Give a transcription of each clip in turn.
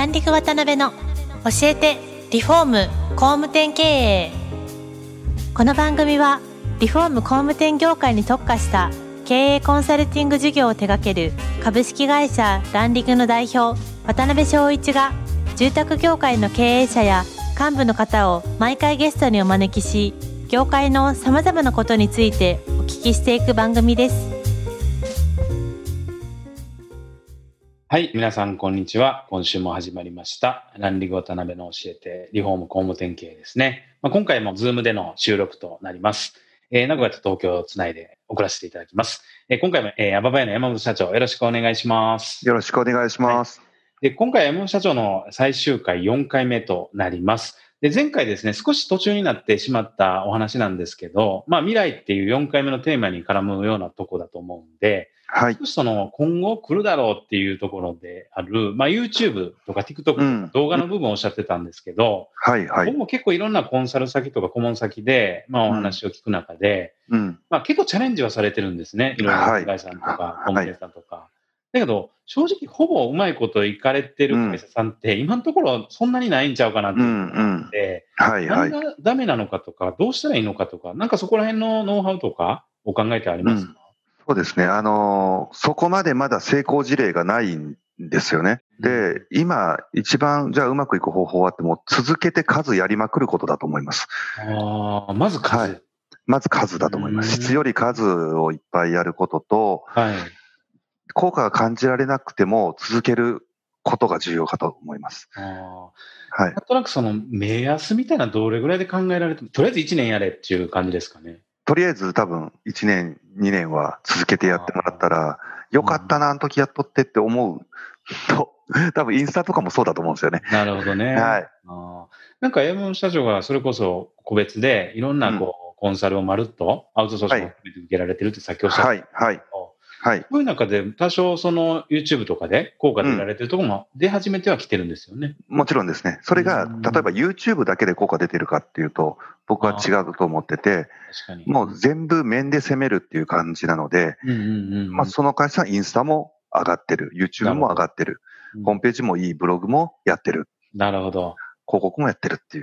ランディング渡辺の教えてリフォーム工務店経営。この番組はリフォーム工務店業界に特化した経営コンサルティング事業を手掛ける株式会社ランディングの代表渡辺翔一が、住宅業界の経営者や幹部の方を毎回ゲストにお招きし、業界のさまざまなことについてお聞きしていく番組です。 はい、皆さんこんにちは。今週も始まりましたランディング渡辺の教えてリフォーム工務店経営ですね。今回も Zoom での収録となります。名古屋と東京をつないで送らせていただきます。今回もアババヤの山本社長、よろしくお願いします。 よろしくお願いします。 はい、で今回山本社長の最終回4回目となります。で前回ですね、少し途中になってしまったお話なんですけど、未来っていう4回目のテーマに絡むようなとこだと思うんで、 はい、 少し今後来るだろうっていうところである、YouTube とか TikTok とか動画の部分をおっしゃってたんですけど、僕も結構いろんなコンサル先とか顧問先で、お話を聞く中で、結構チャレンジはされてるんですね。いろいろな会社さんとか、コンテンツさんとか。だけど、正直ほぼうまいこといかれてる会社さんって、今のところそんなにないんちゃうかなって思って、何がダメなのかとか、どうしたらいいのかとか、なんかそこら辺のノウハウとかお考えてありますか？ そうですね。そこまでまだ成功事例がないんですよね。で、今一番じゃあうまくいく方法はってもう続けて数やりまくることだと思います。 まず数。 はい。まず数だと思います。質より数をいっぱいやることと、効果が感じられなくても続けることが重要かと思います。 なんとなく目安みたいなどれぐらいで考えられて、とりあえず1年やれっていう感じですかね。 とりあえず多分1年、2年は続けてやってもらったら、よかったな、あの時やっとってって思うと、多分インスタとかもそうだと思うんですよね。 なるほどね。なんか山本社長がそれこそ個別でいろんなコンサルをまるっとアウトソーシングを含めて受けられてるってさっきおっしゃってたんですけど、そういう中で多少YouTube とかで効果出られてるところも出始めてはきてるんですよね。 もちろんですね。それが例えば YouTube だけで効果出てるかっていうと僕は違うと思ってて、もう全部面で攻めるっていう感じなので、その会社はインスタも上がってる、YouTube も上がってる、ホームページもいい、ブログもやってる。 なるほど。 広告もやってるっていう。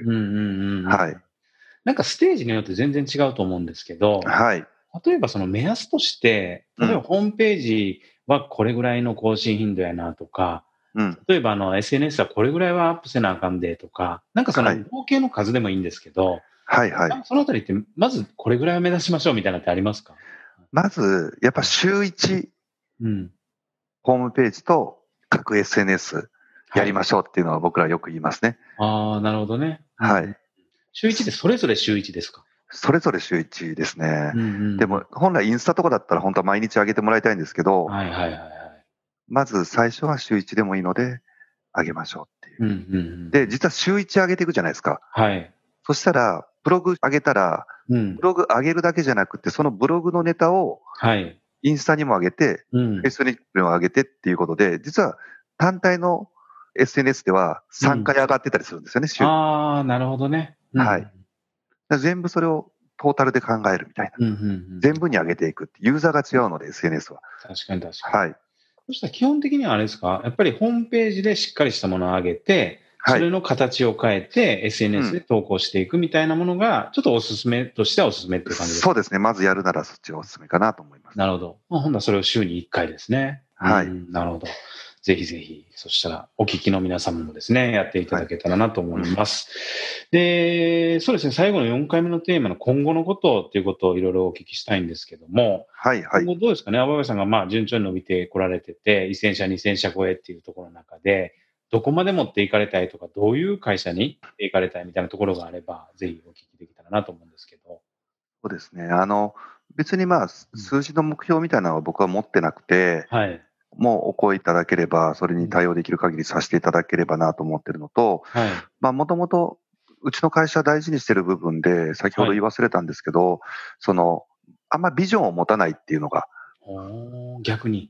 なんかステージによって全然違うと思うんですけど、例えば目安として、例えばホームページはこれぐらいの更新頻度やなとか、例えばSNS はこれぐらいはアップせなあかんでとか、なんか合計の数でもいいんですけど、そのあたりってまずこれぐらいを目指しましょうみたいなのってありますか？ まず、やっぱ週1、ホームページと各 SNS やりましょうっていうのは僕らよく言いますね。 なるほどね。週1でそれぞれ週1ですか？ それぞれ週1ですね。でも本来インスタとかだったら本当は毎日上げてもらいたいんですけど、まず最初は週1でもいいので上げましょうっていう。で、実は週1上げていくじゃないですか。そしたら、ブログ上げたら、ブログ上げるだけじゃなくて、そのブログのネタをインスタにも上げて、Facebook にも上げてっていうことで、実は単体の SNS では3回上がってたりするんですよね、週。 なるほどね。 全部それをトータルで考えるみたいな。全部に上げていくって、ユーザーが違うので、SNS は。 確かに。そしたら基本的にはあれですか、やっぱりホームページでしっかりしたものを上げて、それの形を変えて SNS で投稿していくみたいなものが、ちょっとおすすめとしてはおすすめっていう感じですか？ そうですね。まずやるならそっちがおすすめかなと思います。 なるほど。ほんならそれを週に1回ですね。なるほど。ぜひぜひ、そしたらお聞きの皆様もですね、やっていただけたらなと思います。で、そうですね、最後の4回目のテーマの今後のことっていうことをいろいろお聞きしたいんですけども、今後どうですかね、阿部さんが順調に伸びてこられてて、1000社、2000社超えっていうところの中で、どこまで持っていかれたいとか、どういう会社に行かれたいみたいなところがあれば、ぜひお聞きできたらなと思うんですけど。 そうですね。別に数字の目標みたいなのは僕は持ってなくて、もうお声いただければ、それに対応できる限りさせていただければなと思ってるのと、もともとうちの会社大事にしてる部分で、先ほど言い忘れたんですけど、あんまビジョンを持たないっていうのが。 逆に、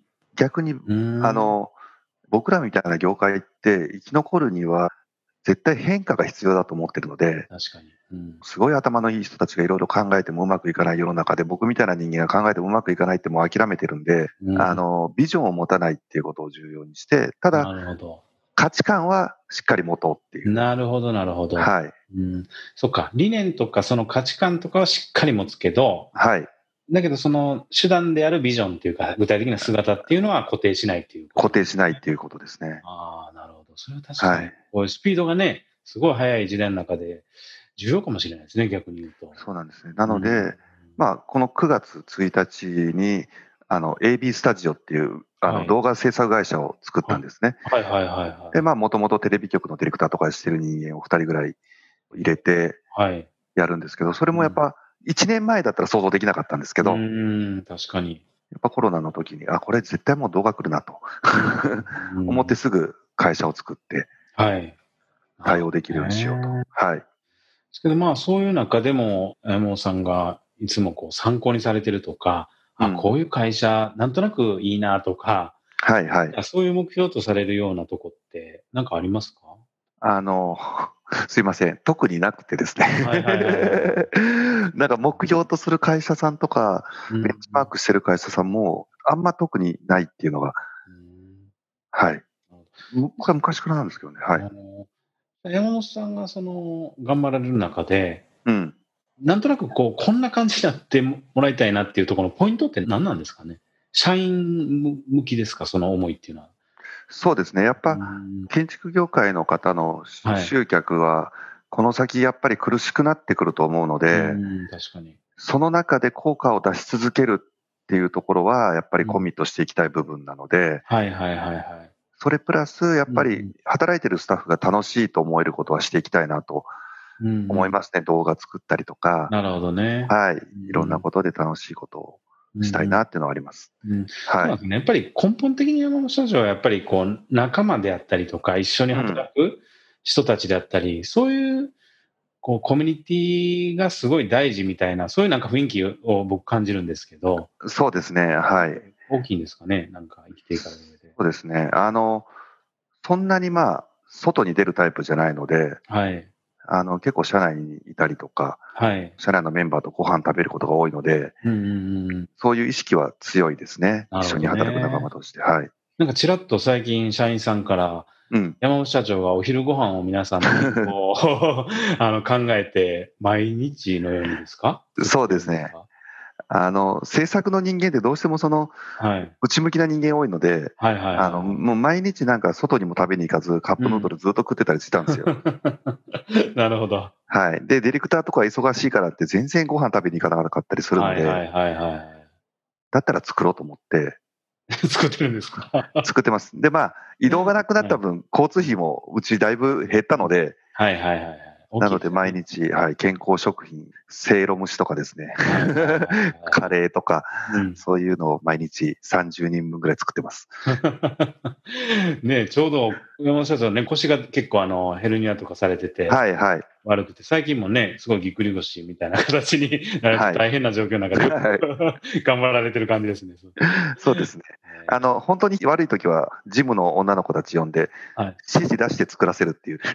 僕らみたいな業界って生き残るには絶対変化が必要だと思ってるので、すごい頭のいい人たちがいろいろ考えてもうまくいかない世の中で、僕みたいな人間が考えてもうまくいかないってもう諦めてるんで、ビジョンを持たないっていうことを重要にして、ただ価値観はしっかり持とうっていう。 なるほど、なるほど。 はい。 そっか。理念とかその価値観とかはしっかり持つけど、 はい。 だけどその手段であるビジョンっていうか、具体的な姿っていうのは固定しないっていう。 固定しないっていうことですね。 ああ、なるほど。それは確かに。こういうスピードがね、すごい速い時代の中で重要かもしれないですね、逆に言うと。 そうなんですね。なので、この9月1日に、AB スタジオっていう、動画制作会社を作ったんですね。で、もともとテレビ局のディレクターとかしてる人間を2人ぐらい入れてやるんですけど、それもやっぱ1年前だったら想像できなかったんですけど、 確かに。 やっぱコロナの時に、これ絶対もう動画来るなと思ってすぐ会社を作って、対応できるようにしようと。はい。 ですけど、そういう中でも、山本さんがいつもこう参考にされてるとか、こういう会社、なんとなくいいなとか、そういう目標とされるようなとこって、なんかありますか？ すいません。特になくてですね。なんか目標とする会社さんとか、ベンチマークしてる会社さんも、あんま特にないっていうのが、はい。僕は昔からなんですけどね。はい。 山本さんが頑張られる中で、なんとなくこんな感じになってもらいたいなっていうところのポイントって何なんですかね？社員向きですか、その思いっていうのは。 そうですね。やっぱ、建築業界の方の集客は、この先やっぱり苦しくなってくると思うので、 確かに。 その中で効果を出し続けるっていうところは、やっぱりコミットしていきたい部分なので、それプラス、やっぱり働いてるスタッフが楽しいと思えることはしていきたいなと思いますね。動画作ったりとか。 なるほどね。 はい。いろんなことで楽しいことをしたいなっていうのはあります。 はい。やっぱり根本的に山本社長はやっぱり仲間であったりとか、一緒に働く人たちであったり、そういうコミュニティがすごい大事みたいな、そういうなんか雰囲気を僕感じるんですけど。 そうですね。はい。 大きいんですかね、なんか生きていかれる上で。 そうですね。そんなに外に出るタイプじゃないので、結構社内にいたりとか、社内のメンバーとご飯食べることが多いので、そういう意識は強いですね。一緒に働く仲間として。はい。 なんかちらっと最近社員さんから、山本社長がお昼ご飯を皆さんで考えて、毎日のようにですか？ そうですね。制作の人間ってどうしても内向きな人間多いので、もう毎日なんか外にも食べに行かず、カップヌードルずっと食ってたりしたんですよ。 なるほでディレクターとか忙しいからって全然ご飯食べに行かなかったりするので、だったら作ろうと思って。 作ってるんですか？ 作ってます。で、移動がなくなった分、交通費もうちだいぶ減ったので、なので毎日、健康食品、せいろ蒸しとかですね、カレーとか、そういうのを毎日30人分ぐらい作ってます。 ね、ちょうど山本社長ね、腰が結構ヘルニアとかされてて、悪くて、最近もね、すごいぎっくり腰みたいな形になれて大変な状況の中で頑張られてる感じですね。 そうですね。本当に悪い時は、ジムの女の子たち呼んで、指示出して作らせるっていう。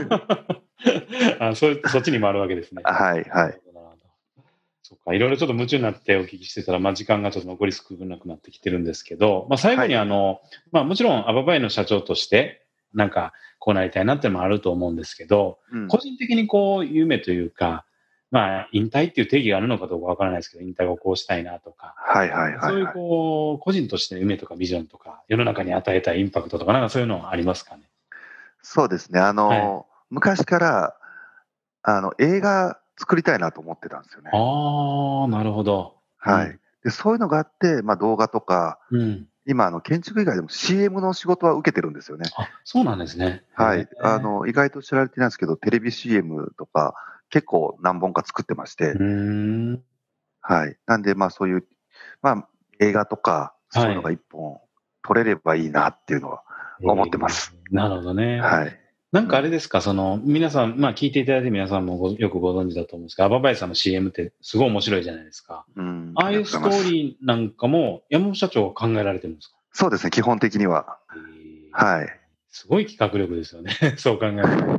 そっちに回るわけですね。そっか、いろいろちょっと夢中になってお聞きしてたら、時間がちょっと残り少なくなってきてるんですけど、最後にもちろんアババイの社長として、なんかこうなりたいなってのもあると思うんですけど、個人的に夢というか、引退っていう定義があるのかどうかわからないですけど、引退をこうしたいなとか、そういう個人としての夢とかビジョンとか、世の中に与えたいインパクトとか、なんかそういうのはありますかね？ そうですね。昔から映画作りたいなと思ってたんですよね。 なるほど。 でそういうのがあって、動画とか、今建築以外でも CM の仕事は受けてるんですよね。 そうなんですね。 意外と知られてないんですけど、テレビ CM とか結構何本か作ってまして、なんでそういう映画とかそういうのが一本撮れればいいなっていうのは思ってます。 なるほどね。なんかあれですか、皆さん、聞いていただいて皆さんもよくご存知だと思うんですが、アババイさんの CM ってすごい面白いじゃないですか。ああいうストーリーなんかも山本社長が考えられてるんですか？ そうですね、基本的には。 すごい企画力ですよね、そう考えると。なる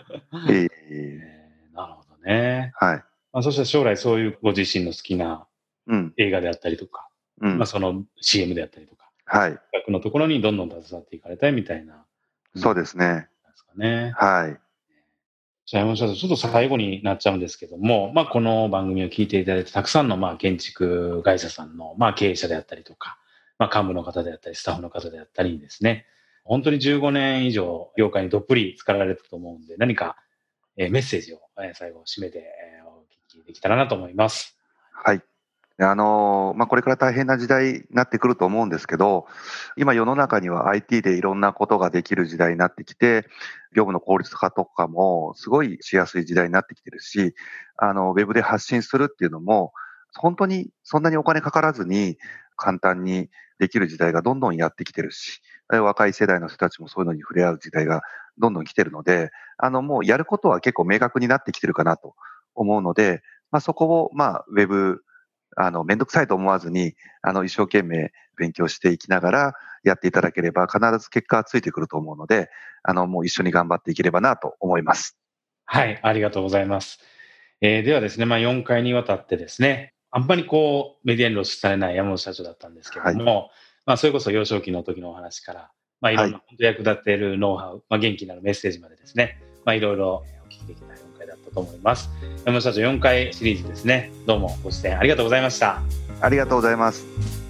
ほどね。そして将来そういうご自身の好きな映画であったりとか、その CM であったりとか、企画のところにどんどん携わっていかれたいみたいな。 そうですね。はい。 じゃあ山本社長、ちょっと最後になっちゃうんですけども、この番組を聞いていただいて、たくさんの建築会社さんの経営者であったりとか、幹部の方であったり、スタッフの方であったりにですね、本当に15年以上、業界にどっぷり浸かられたと思うんで、何かメッセージを最後締めてお聞きできたらなと思います。 はい。これから大変な時代になってくると思うんですけど、今世の中には IT でいろんなことができる時代になってきて、業務の効率化とかもすごいしやすい時代になってきてるし、ウェブで発信するっていうのも、本当にそんなにお金かからずに簡単にできる時代がどんどんやってきてるし、若い世代の人たちもそういうのに触れ合う時代がどんどん来てるので、もうやることは結構明確になってきてるかなと思うので、そこをウェブめんどくさいと思わずに、一生懸命勉強していきながらやっていただければ、必ず結果はついてくると思うので、もう一緒に頑張っていければなと思います。 はい、ありがとうございます。ではですね、4回にわたってですね、あんまりメディアに露出されない山本社長だったんですけども、それこそ幼少期の時のお話から、いろんな本当役立っているノウハウ、元気になるメッセージまでですね、いろいろお聞きできた4回だったと思います。山本社長4回シリーズですね、どうもご出演ありがとうございました。 ありがとうございます。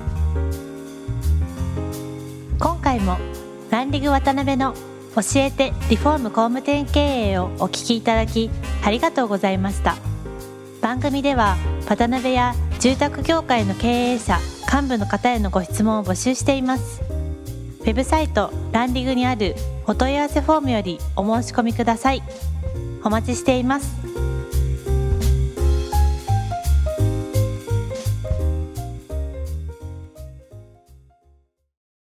今回もランディング渡辺の教えてリフォーム工務店経営をお聞きいただきありがとうございました。番組では渡辺や住宅業界の経営者幹部の方へのご質問を募集しています。ウェブサイトランディングにあるお問い合わせフォームよりお申し込みください。お待ちしています。